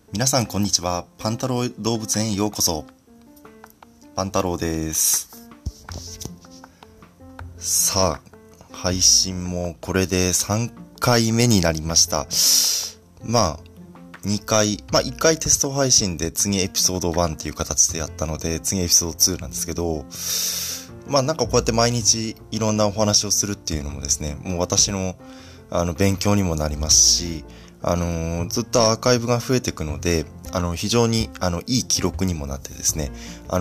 皆さんこんにちは。パンタロー動物園へようこそ。パンタローです。さあ、配信もこれで3回目になりました。2回、1回テスト配信で次エピソード1っていう形でやったので、次エピソード2なんですけど、こうやって毎日いろんなお話をするっていうのもですね、もう私の勉強にもなりますし、ずっとアーカイブが増えていくので、非常にいい記録にもなってですね、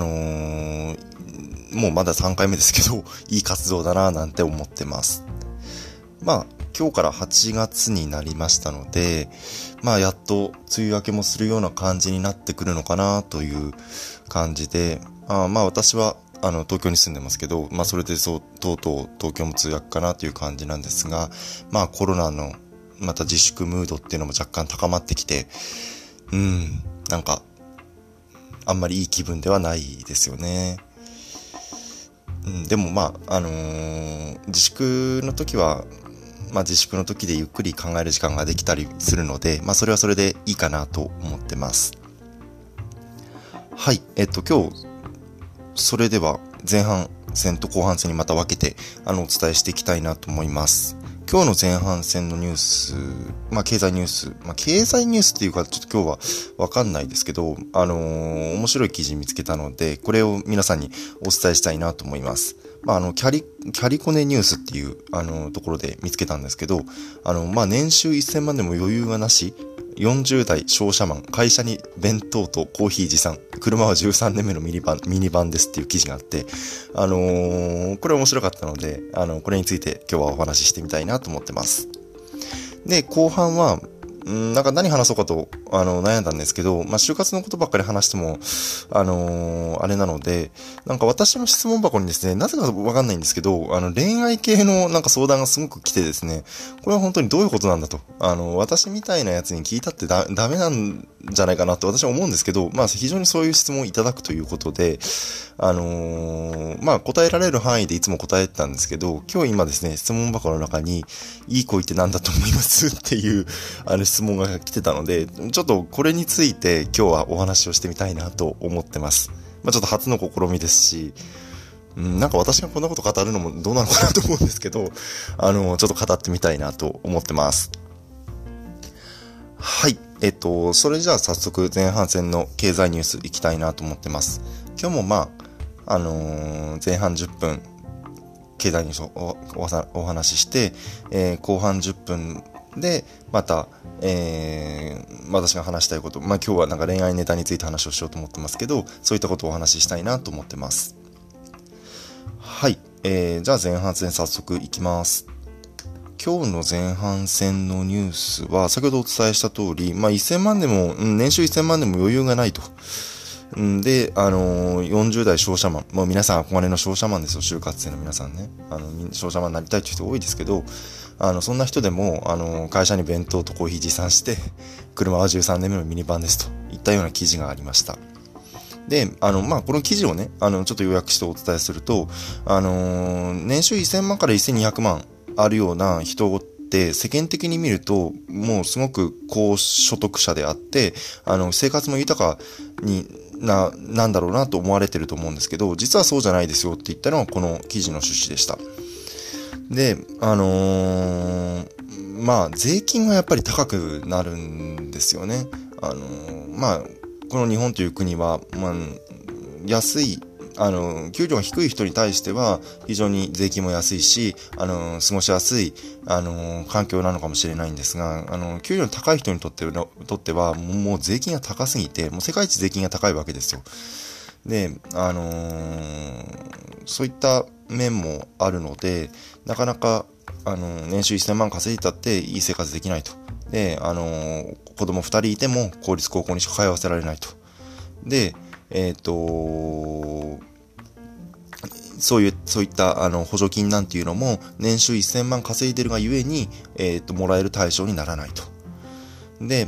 もうまだ3回目ですけど、いい活動だなぁなんて思ってます。今日から8月になりましたので、やっと梅雨明けもするような感じになってくるのかなという感じで、私は東京に住んでますけど、それでとうとう東京も梅雨明けかなという感じなんですが、コロナのまた自粛ムードっていうのも若干高まってきて、あんまりいい気分ではないですよね。でも自粛の時は、自粛の時でゆっくり考える時間ができたりするので、それはそれでいいかなと思ってます。はい、今日、それでは前半戦と後半戦にまた分けて、お伝えしていきたいなと思います。今日の前半戦のニュース、経済ニュース、経済ニュースっていうかちょっと今日はわかんないですけど、面白い記事見つけたので、これを皆さんにお伝えしたいなと思います。キャリコネニュースっていう、ところで見つけたんですけど、年収1000万でも余裕がなし、40代商社マン、会社に弁当とコーヒー持参、車は13年目のミニバンですっていう記事があって、これ面白かったので、これについて今日はお話ししてみたいなと思ってます。で、後半は、何話そうかと、悩んだんですけど、就活のことばっかり話しても、あれなので、私の質問箱にですね、なぜかわかんないんですけど、恋愛系の相談がすごく来てですね、これは本当にどういうことなんだと。私みたいなやつに聞いたってダメなんじゃないかなと私は思うんですけど、非常にそういう質問をいただくということで、答えられる範囲でいつも答えてたんですけど、今日今ですね、質問箱の中に、いい恋って何だと思いますっていう、質問が来てたので、ちょっとこれについて今日はお話をしてみたいなと思ってます。ちょっと初の試みですし、私がこんなこと語るのもどうなのかなと思うんですけど、ちょっと語ってみたいなと思ってます。はい。それじゃあ早速前半戦の経済ニュースいきたいなと思ってます。今日も前半10分、経済ニュースをお話しして、後半10分で、また、私が話したいこと、今日は恋愛ネタについて話をしようと思ってますけど、そういったことをお話ししたいなと思ってます。はい。じゃあ前半戦早速いきます。今日の前半戦のニュースは、先ほどお伝えした通り、1000万でも、年収1000万でも余裕がないと。で、40代商社マン。もう皆さん憧れの商社マンですよ、就活生の皆さんね。商社マンになりたいという人多いですけど、そんな人でも、会社に弁当とコーヒー持参して、車は13年目のミニバンですといったような記事がありました。で、この記事をね、ちょっと要約してお伝えすると、年収1000万から1200万あるような人って世間的に見ると、もうすごく高所得者であって、生活も豊かになんだろうなと思われてると思うんですけど、実はそうじゃないですよって言ったのがこの記事の趣旨でした。で、税金がやっぱり高くなるんですよね。この日本という国は、安い、給料が低い人に対しては非常に税金も安いし、過ごしやすい、環境なのかもしれないんですが、給料の高い人にとっては、もう税金が高すぎて、もう世界一税金が高いわけですよ。で、そういった面もあるので、なかなか、年収1000万稼いだっていい生活できないと。で、子供2人いても公立高校にしか通わせられないと。で、そういった補助金なんていうのも年収1000万稼いでるがゆえに、もらえる対象にならないと。で、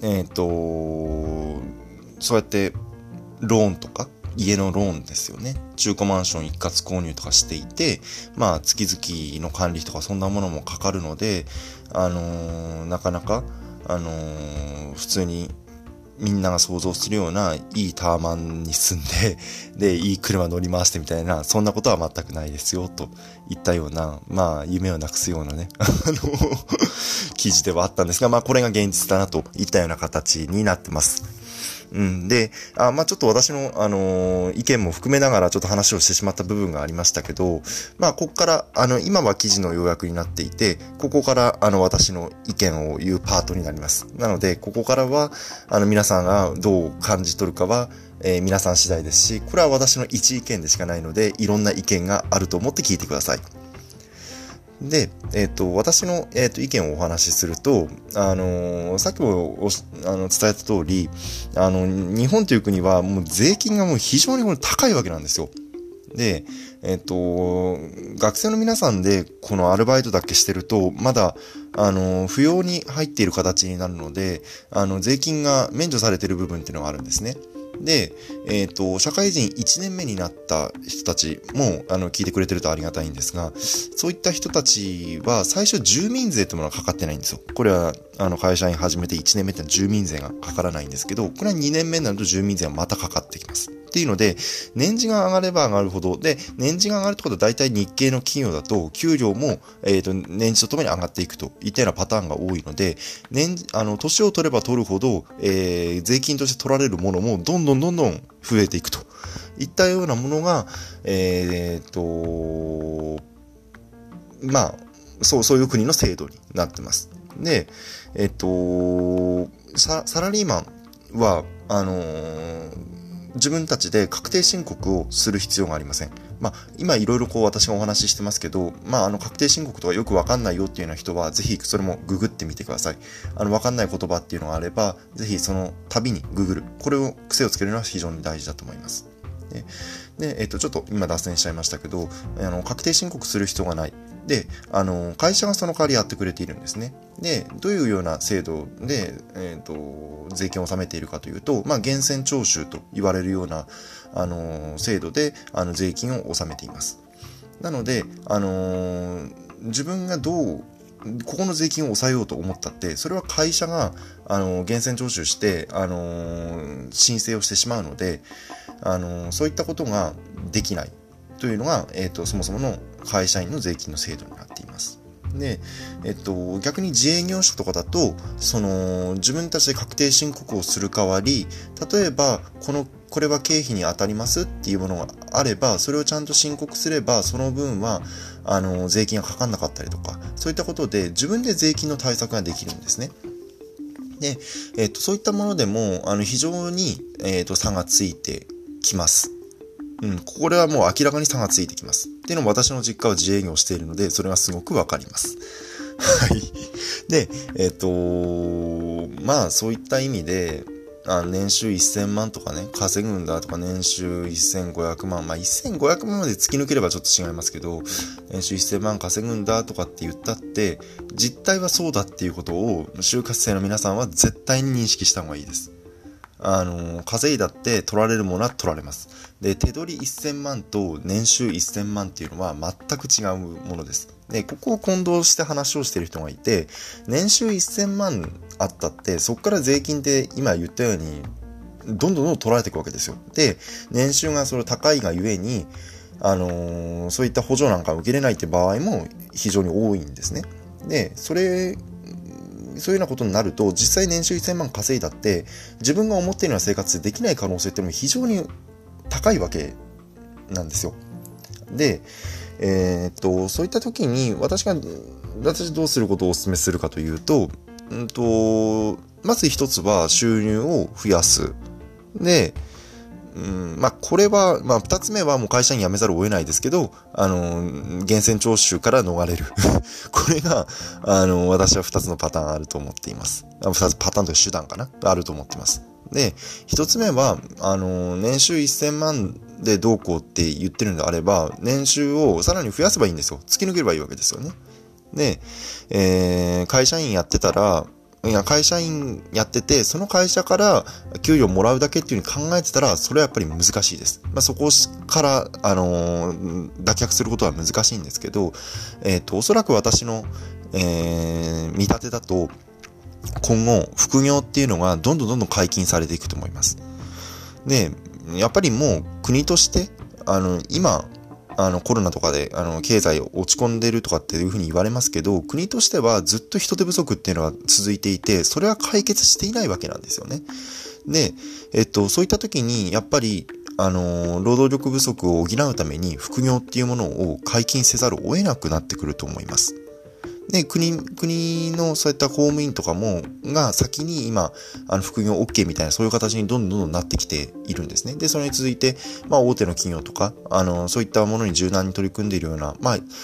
そうやってローンとか家のローンですよね。中古マンション一括購入とかしていて、月々の管理とかそんなものもかかるので、なかなか、普通にみんなが想像するようないいタワマンに住んで、いい車乗り回してみたいな、そんなことは全くないですよ、といったような、夢をなくすようなね、記事ではあったんですが、これが現実だなといったような形になってます。で、ちょっと私の、意見も含めながらちょっと話をしてしまった部分がありましたけど、ここから、今は記事の要約になっていて、ここから、私の意見を言うパートになります。なので、ここからは、皆さんがどう感じ取るかは、皆さん次第ですし、これは私の一意見でしかないので、いろんな意見があると思って聞いてください。で、私の、意見をお話しすると、さっきも伝えた通り、日本という国はもう税金がもう非常に高いわけなんですよ。で、学生の皆さんでこのアルバイトだけしてると、まだ、扶養に入っている形になるので、税金が免除されている部分っていうのがあるんですね。で、社会人1年目になった人たちも、聞いてくれてるとありがたいんですが、そういった人たちは最初住民税ってものがかかってないんですよ。これは、会社員始めて1年目ってのは住民税がかからないんですけど、これは2年目になると住民税がまたかかってきます。っていうので、年次が上がれば上がるほど、で、年次が上がるってことは大体日系の企業だと、給料も、年次とともに上がっていくといったようなパターンが多いので、年を取れば取るほど、税金として取られるものもどんどん増えていくといったようなものが、そういう国の制度になってます。で、サラリーマンは、自分たちで確定申告をする必要がありません。今いろいろ私がお話ししてますけど、確定申告とかよくわかんないよっていうような人は、ぜひそれもググってみてください。わかんない言葉っていうのがあれば、ぜひその度にググる。これを癖をつけるのは非常に大事だと思います。で、ちょっと今脱線しちゃいましたけど、確定申告する必要がない。で、会社がその代わりやってくれているんですね。で、どういうような制度で、税金を納めているかというと、源泉徴収と言われるような、制度で、税金を納めています。なので、自分がここの税金を抑えようと思ったって、それは会社が、源泉徴収して、申請をしてしまうので、そういったことができないというのが、そもそもの会社員の税金の制度になっています。で、逆に自営業者とかだと、自分たちで確定申告をする代わり、例えば、これは経費に当たりますっていうものがあれば、それをちゃんと申告すれば、その分は、税金がかかんなかったりとか、そういったことで自分で税金の対策ができるんですね。で、そういったものでも、非常に、差がついてきます。これはもう明らかに差がついてきます。っていうのも私の実家は自営業をしているので、それがすごくわかります。はい。で、そういった意味で、年収1000万とかね、稼ぐんだとか、年収1500万、1500万まで突き抜ければちょっと違いますけど、年収1000万稼ぐんだとかって言ったって、実態はそうだっていうことを、就活生の皆さんは絶対に認識した方がいいです。稼いだって取られるものは取られます。で、手取り1000万と年収1000万っていうのは全く違うものです。で、ここを混同して話をしている人がいて、年収1000万あったって、そこから税金って今言ったように、どんどん取られていくわけですよ。で、年収がそれ高いがゆえに、そういった補助なんか受けれないって場合も非常に多いんですね。で、そういうようなことになると、実際年収1000万稼いだって、自分が思っているような生活でできない可能性っても非常に高いわけなんですよ。で、そういった時に私どうすることをお勧めするかというと、まず一つは収入を増やす。で、これは、二つ目はもう会社員辞めざるを得ないですけど、源泉徴収から逃れる。これが、私は二つのパターンあると思っています。二つパターンという手段かなあると思っています。で、一つ目は、年収1000万でどうこうって言ってるのであれば、年収をさらに増やせばいいんですよ。突き抜ければいいわけですよね。で、会社員やってたら、会社員やってて、その会社から給料もらうだけっていう風に考えてたら、それはやっぱり難しいです。そこから、脱却することは難しいんですけど、おそらく私の、見立てだと、 今後、副業っていうのがどんどん解禁されていくと思います。で、やっぱりもう国として、今、コロナとかで、経済落ち込んでるとかっていうふうに言われますけど、国としてはずっと人手不足っていうのは続いていて、それは解決していないわけなんですよね。で、そういった時に、やっぱり、労働力不足を補うために副業っていうものを解禁せざるを得なくなってくると思います。で、国のそういった公務員とかが先に今、副業 OK みたいなそういう形にどんどんなってきているんですね。で、それに続いて、大手の企業とか、そういったものに柔軟に取り組んでいるような、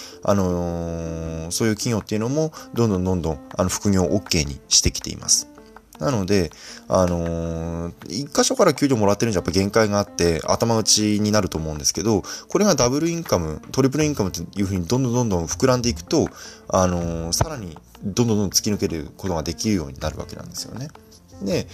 そういう企業っていうのも、どんどん、副業 OK にしてきています。なので、一箇所から給料もらってるんじゃやっぱ限界があって、頭打ちになると思うんですけど、これがダブルインカム、トリプルインカムっていう風にどんどん膨らんでいくと、さらにどんどん突き抜けることができるようになるわけなんですよね。で、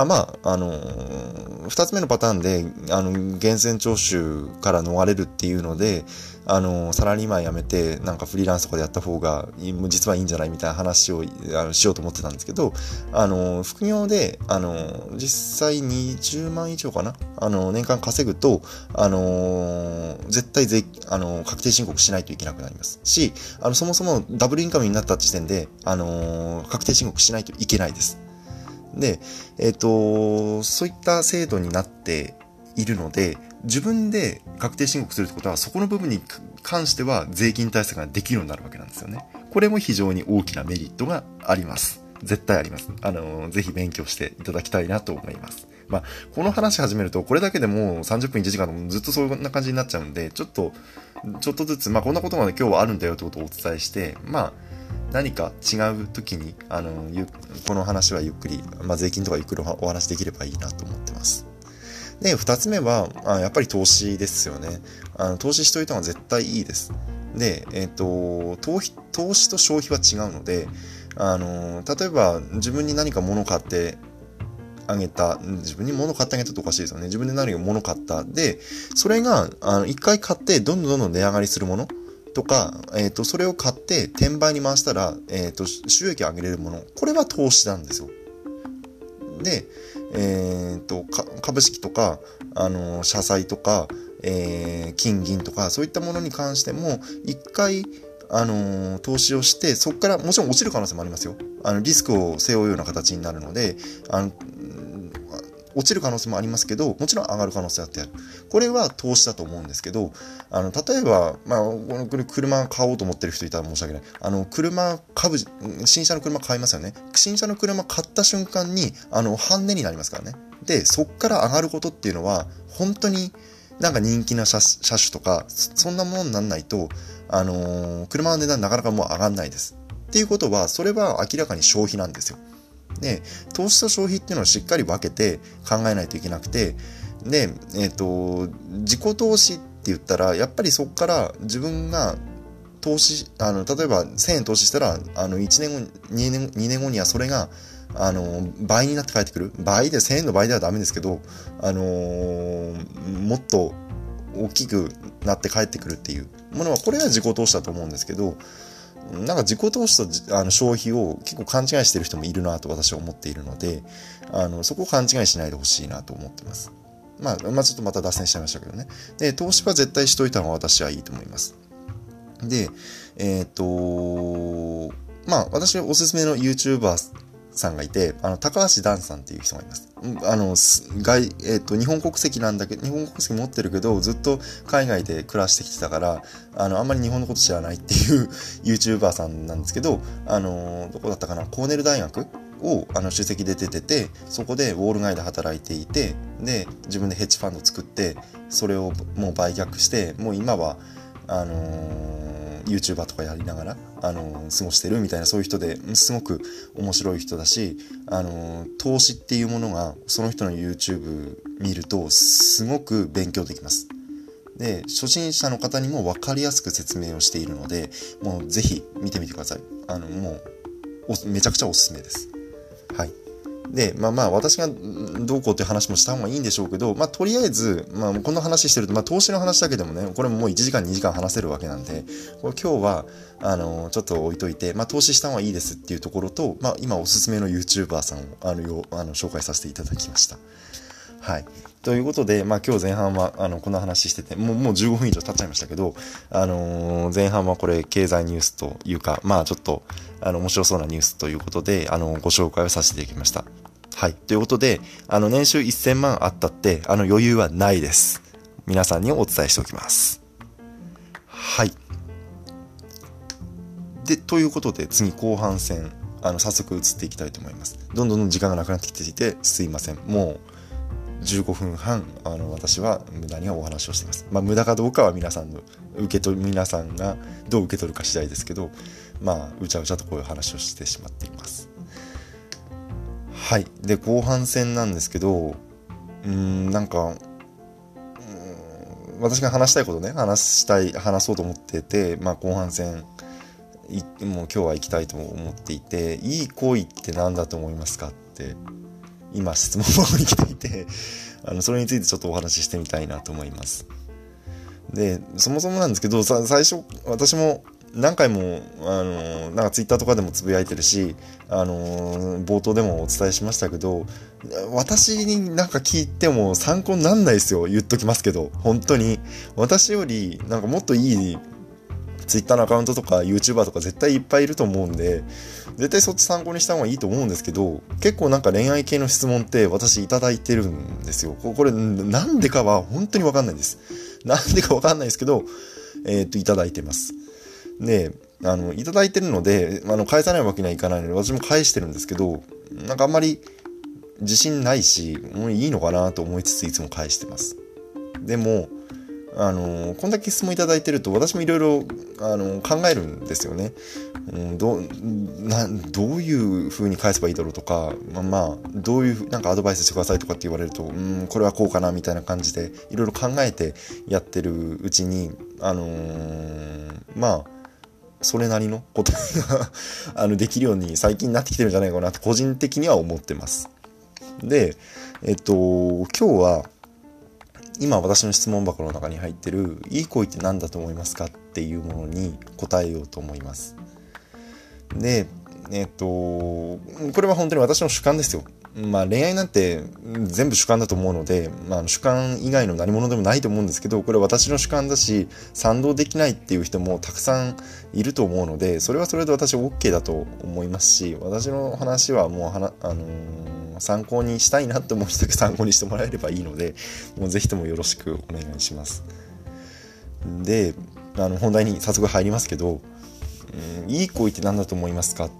二つ目のパターンで、源泉徴収から逃れるっていうので、サラリーマン辞めて、なんかフリーランスとかでやった方が、実はいいんじゃないみたいな話をしようと思ってたんですけど、副業で、実際20万以上かな年間稼ぐと、絶対確定申告しないといけなくなりますし、そもそもダブルインカムになった時点で、確定申告しないといけないです。で、そういった制度になっているので、自分で確定申告するってことは、そこの部分に関しては税金対策ができるようになるわけなんですよね。これも非常に大きなメリットがあります。絶対あります。ぜひ勉強していただきたいなと思います。この話始めると、これだけでもう30分1時間ずっとそんな感じになっちゃうんで、ちょっとずつ、こんなことまで今日はあるんだよってことをお伝えして、何か違う時に、この話はゆっくり、税金とかゆっくりお話できればいいなと思ってます。で、二つ目は、やっぱり投資ですよね。投資しといた方が絶対いいです。で、投資と消費は違うので、例えば自分に何か物を買ってあげた、自分に物を買ってあげたとおかしいですよね。自分で何か物を買った。で、それが、一回買ってどんどん値上がりするもの。とか、それを買って転売に回したら、収益を上げれるもの。これは投資なんですよ。で、株式とか、社債とか、金銀とか、そういったものに関しても、一回、投資をして、そこからもちろん落ちる可能性もありますよ。リスクを背負うような形になるので、落ちる可能性もありますけど、もちろん上がる可能性だってある。これは投資だと思うんですけど、例えば、これ車買おうと思ってる人いたら申し訳ない。新車の車買いますよね。新車の車買った瞬間に、半値になりますからね。で、そっから上がることっていうのは、本当になんか人気な車種とか、そんなものにならないと、車の値段なかなかもう上がんないです。っていうことは、それは明らかに消費なんですよ。で、投資と消費っていうのをしっかり分けて考えないといけなくて、で、自己投資って言ったら、やっぱりそこから自分が投資、例えば1000円投資したら、1年後、2年後にはそれが、倍になって帰ってくる。1000円の倍ではダメですけど、もっと大きくなって帰ってくるっていうものは、これは自己投資だと思うんですけど、なんか自己投資と消費を結構勘違いしてる人もいるなと私は思っているので、そこを勘違いしないでほしいなと思ってます。ちょっとまた脱線しちゃいましたけどね。で、投資は絶対しといた方が私はいいと思います。で、私おすすめの YouTuber さんがいて、高橋ダンさんっていう人がいます。日本国籍なんだけど、日本国籍持ってるけど、ずっと海外で暮らしてきてたから、あんまり日本のこと知らないっていうYouTuber さんなんですけど、どこだったかな、コーネル大学を首席で出てて、そこでウォール街で働いていて、で、自分でヘッジファンド作って、それをもう売却して、もう今は、YouTuber とかやりながら、過ごしてるみたいな、そういう人ですごく面白い人だし、投資っていうものが、その人の YouTube 見ると、すごく勉強できます。で、初心者の方にも分かりやすく説明をしているので、もうぜひ見てみてください。もう、めちゃくちゃおすすめです。はい。 で、私がどうこうっていう話もした方がいいんでしょうけど、とりあえず、この話してると、投資の話だけでもね、これもう1時間2時間話せるわけなんで、これ今日は、ちょっと置いといて、投資した方がいいですっていうところと、今おすすめの YouTuber さんを、紹介させていただきました。はい。ということで、今日前半は、こんな話してて、もう15分以上経っちゃいましたけど、前半はこれ、経済ニュースというか、ちょっと、面白そうなニュースということで、ご紹介をさせていただきました。はい。ということで、年収1000万あったって、余裕はないです。皆さんにお伝えしておきます。はい。で、ということで、次、後半戦、早速移っていきたいと思います。どんどん時間がなくなってきていて、すいません。もう、15分半、私は無駄にお話をしています。無駄かどうかは皆さんがどう受け取るか次第ですけど、うちゃうちゃとこういう話をしてしまっています。はい。で、後半戦なんですけど、私が話したいことね、話そうと思ってて、後半戦、もう今日は行きたいと思っていて、いい恋って何だと思いますかって、今質問箱に来ていて、それについてちょっとお話ししてみたいなと思います。で、そもそもなんですけど、最初、私も何回も、ツイッターとかでもつぶやいてるし、冒頭でもお伝えしましたけど、私に聞いても参考になんないですよ。言っときますけど、本当に。私より、もっといい、ツイッターのアカウントとか YouTuber とか絶対いっぱいいると思うんで、絶対そっち参考にした方がいいと思うんですけど、結構恋愛系の質問って私いただいてるんですよ。これなんでかは本当にわかんないです。なんでかわかんないですけど、いただいてます。で、いただいてるので、返さないわけにはいかないので、私も返してるんですけど、あんまり自信ないし、もういいのかなと思いつついつも返してます。でも、こんだけ質問いただいてると、私もいろいろ、考えるんですよね。どういう風に返せばいいだろうとか、どういうアドバイスしてくださいとかって言われると、これはこうかなみたいな感じで、いろいろ考えてやってるうちに、それなりの答えができるように最近なってきてるんじゃないかなと個人的には思ってます。で、今日は今私の質問箱の中に入ってるいい恋って何だと思いますかっていうものに答えようと思います。で、これは本当に私の主観ですよ。恋愛なんて全部主観だと思うので、主観以外の何者でもないと思うんですけど、これは私の主観だし、賛同できないっていう人もたくさんいると思うので、それはそれで私 OK だと思いますし、私の話はもう参考にしたいなって思う人だけ参考にしてもらえればいいので、もうぜひともよろしくお願いします。で、本題に早速入りますけど、いい恋って何だと思いますかって、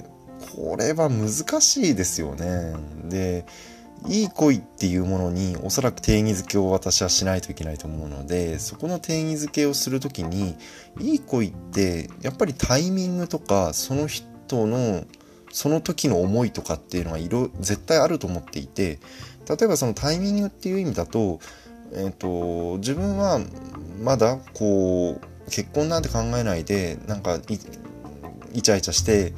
これは難しいですよね。で、いい恋っていうものにおそらく定義づけを私はしないといけないと思うので、そこの定義づけをするときに、いい恋ってやっぱりタイミングとかその人のその時の思いとかっていうのが絶対あると思っていて、例えばそのタイミングっていう意味だと、自分はまだ結婚なんて考えないでイチャイチャして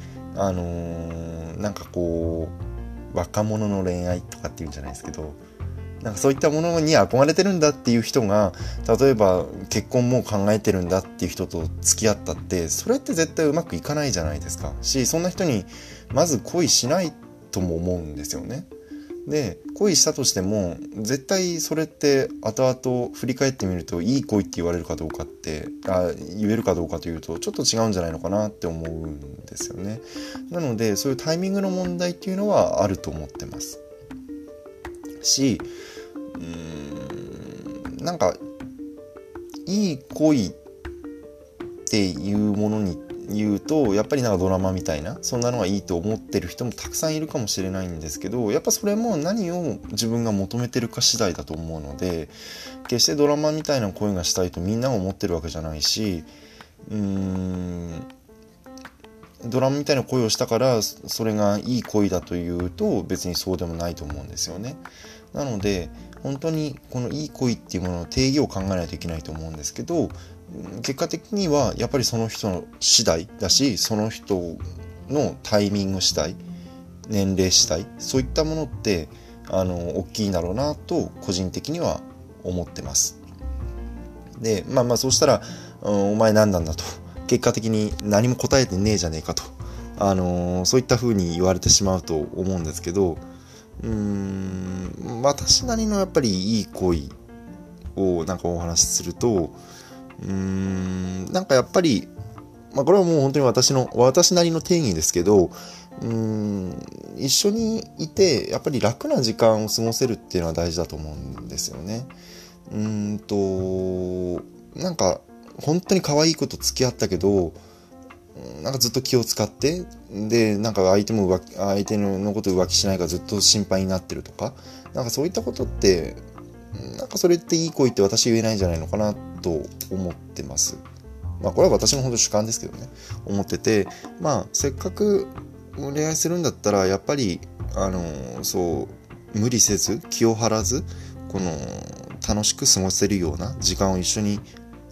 若者の恋愛とかっていうんじゃないですけど、そういったものに憧れてるんだっていう人が、例えば結婚も考えてるんだっていう人と付き合ったって、それって絶対うまくいかないじゃないですか。そんな人にまず恋しないとも思うんですよね。で、恋したとしても絶対それって後々振り返ってみるといい恋って言われるかどうかって言えるかどうかというとちょっと違うんじゃないのかなって思うんですよね。なのでそういうタイミングの問題っていうのはあると思ってますし、いい恋っていうものに言うとやっぱりドラマみたいなそんなのがいいと思ってる人もたくさんいるかもしれないんですけど、やっぱそれも何を自分が求めてるか次第だと思うので、決してドラマみたいな恋がしたいとみんなが思ってるわけじゃないし、ドラマみたいな恋をしたからそれがいい恋だというと別にそうでもないと思うんですよね。なので本当にこのいい恋っていうものの定義を考えないといけないと思うんですけど、結果的にはやっぱりその人の次第だし、その人のタイミング次第年齢次第、そういったものって大きいんだろうなと個人的には思ってます。でそうしたら、お前何なんだと、結果的に何も答えてねえじゃねえかと、そういった風に言われてしまうと思うんですけど、私なりのやっぱりいい恋をなんかお話しすると、なんかやっぱり、これはもう本当に私なりの定義ですけど、一緒にいてやっぱり楽な時間を過ごせるっていうのは大事だと思うんですよね。なんか本当に可愛い子と付き合ったけど、なんかずっと気を使って、でなんか相手のこと浮気しないからずっと心配になってるとか、なんかそういったことって、なんかそれっていい恋って私言えないんじゃないのかなと思ってます。これは私の本当主観ですけどね、思ってて、せっかく恋愛するんだったらやっぱり無理せず気を張らず、この楽しく過ごせるような時間を一緒に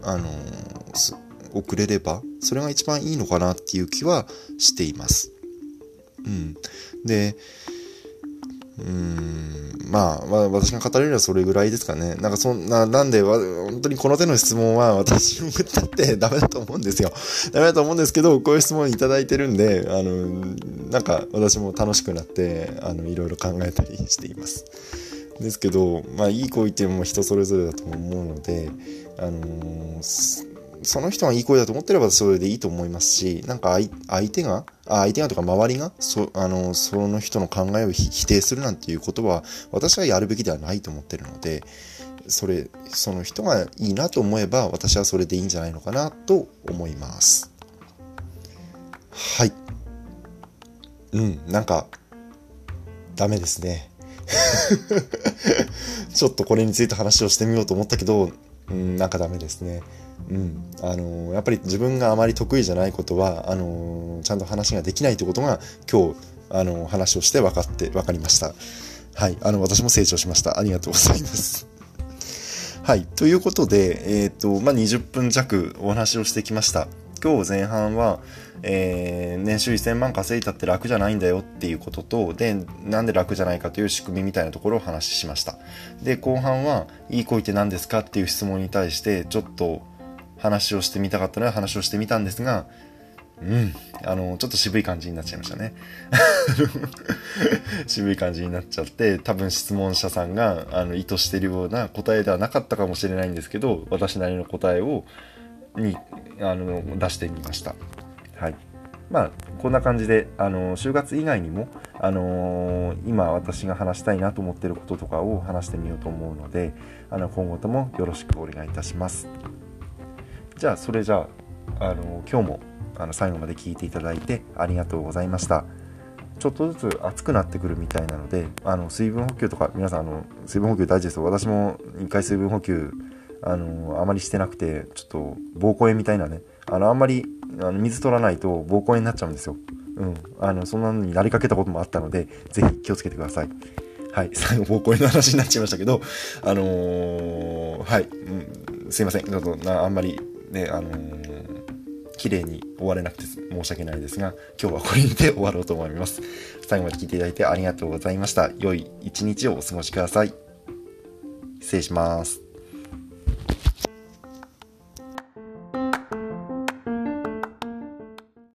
送れれば、それが一番いいのかなっていう気はしています。で私が語れるのはそれぐらいですかね。なんで本当にこの手の質問は私もだってダメだと思うんですよ。ダメだと思うんですけど、こういう質問いただいてるんで、なんか私も楽しくなっていろいろ考えたりしています。ですけど、いい恋っていうのも人それぞれだと思うので、その人がいい恋だと思ってればそれでいいと思いますし、なんか相手がとか周りがその人の考えを否定するなんていうことは私はやるべきではないと思ってるので、その人がいいなと思えば私はそれでいいんじゃないのかなと思います。はい。なんかダメですね。ちょっとこれについて話をしてみようと思ったけど、なんかダメですね。やっぱり自分があまり得意じゃないことはちゃんと話ができないということが今日話をして分かりました。はい、私も成長しました。ありがとうございます。はい、ということで、20分弱お話をしてきました。今日前半は、年収1000万稼いだって楽じゃないんだよっていうことと、で、なんで楽じゃないかという仕組みみたいなところをお話ししました。で、後半はいい恋って何ですかっていう質問に対してちょっと話をしてみたかったので話をしてみたんですが、ちょっと渋い感じになっちゃいましたね。渋い感じになっちゃって、多分質問者さんが意図しているような答えではなかったかもしれないんですけど、私なりの答えに出してみました。はい。こんな感じで就活以外にも今私が話したいなと思っていることとかを話してみようと思うので、今後ともよろしくお願いいたします。じゃあ今日も最後まで聞いていただいてありがとうございました。ちょっとずつ暑くなってくるみたいなので、水分補給とか皆さん水分補給大事ですよ。私も一回水分補給あまりしてなくて、ちょっと膀胱炎みたいなね、あんまり水取らないと膀胱炎になっちゃうんですよ。そんなのになりかけたこともあったので、ぜひ気をつけてください。はい、最後膀胱炎の話になっちゃいましたけど、はい、すいません、ちょっとあんまりね、綺麗に終われなくて申し訳ないですが、今日はこれにて終わろうと思います。最後まで聞いていただいてありがとうございました。良い一日をお過ごしください。失礼します。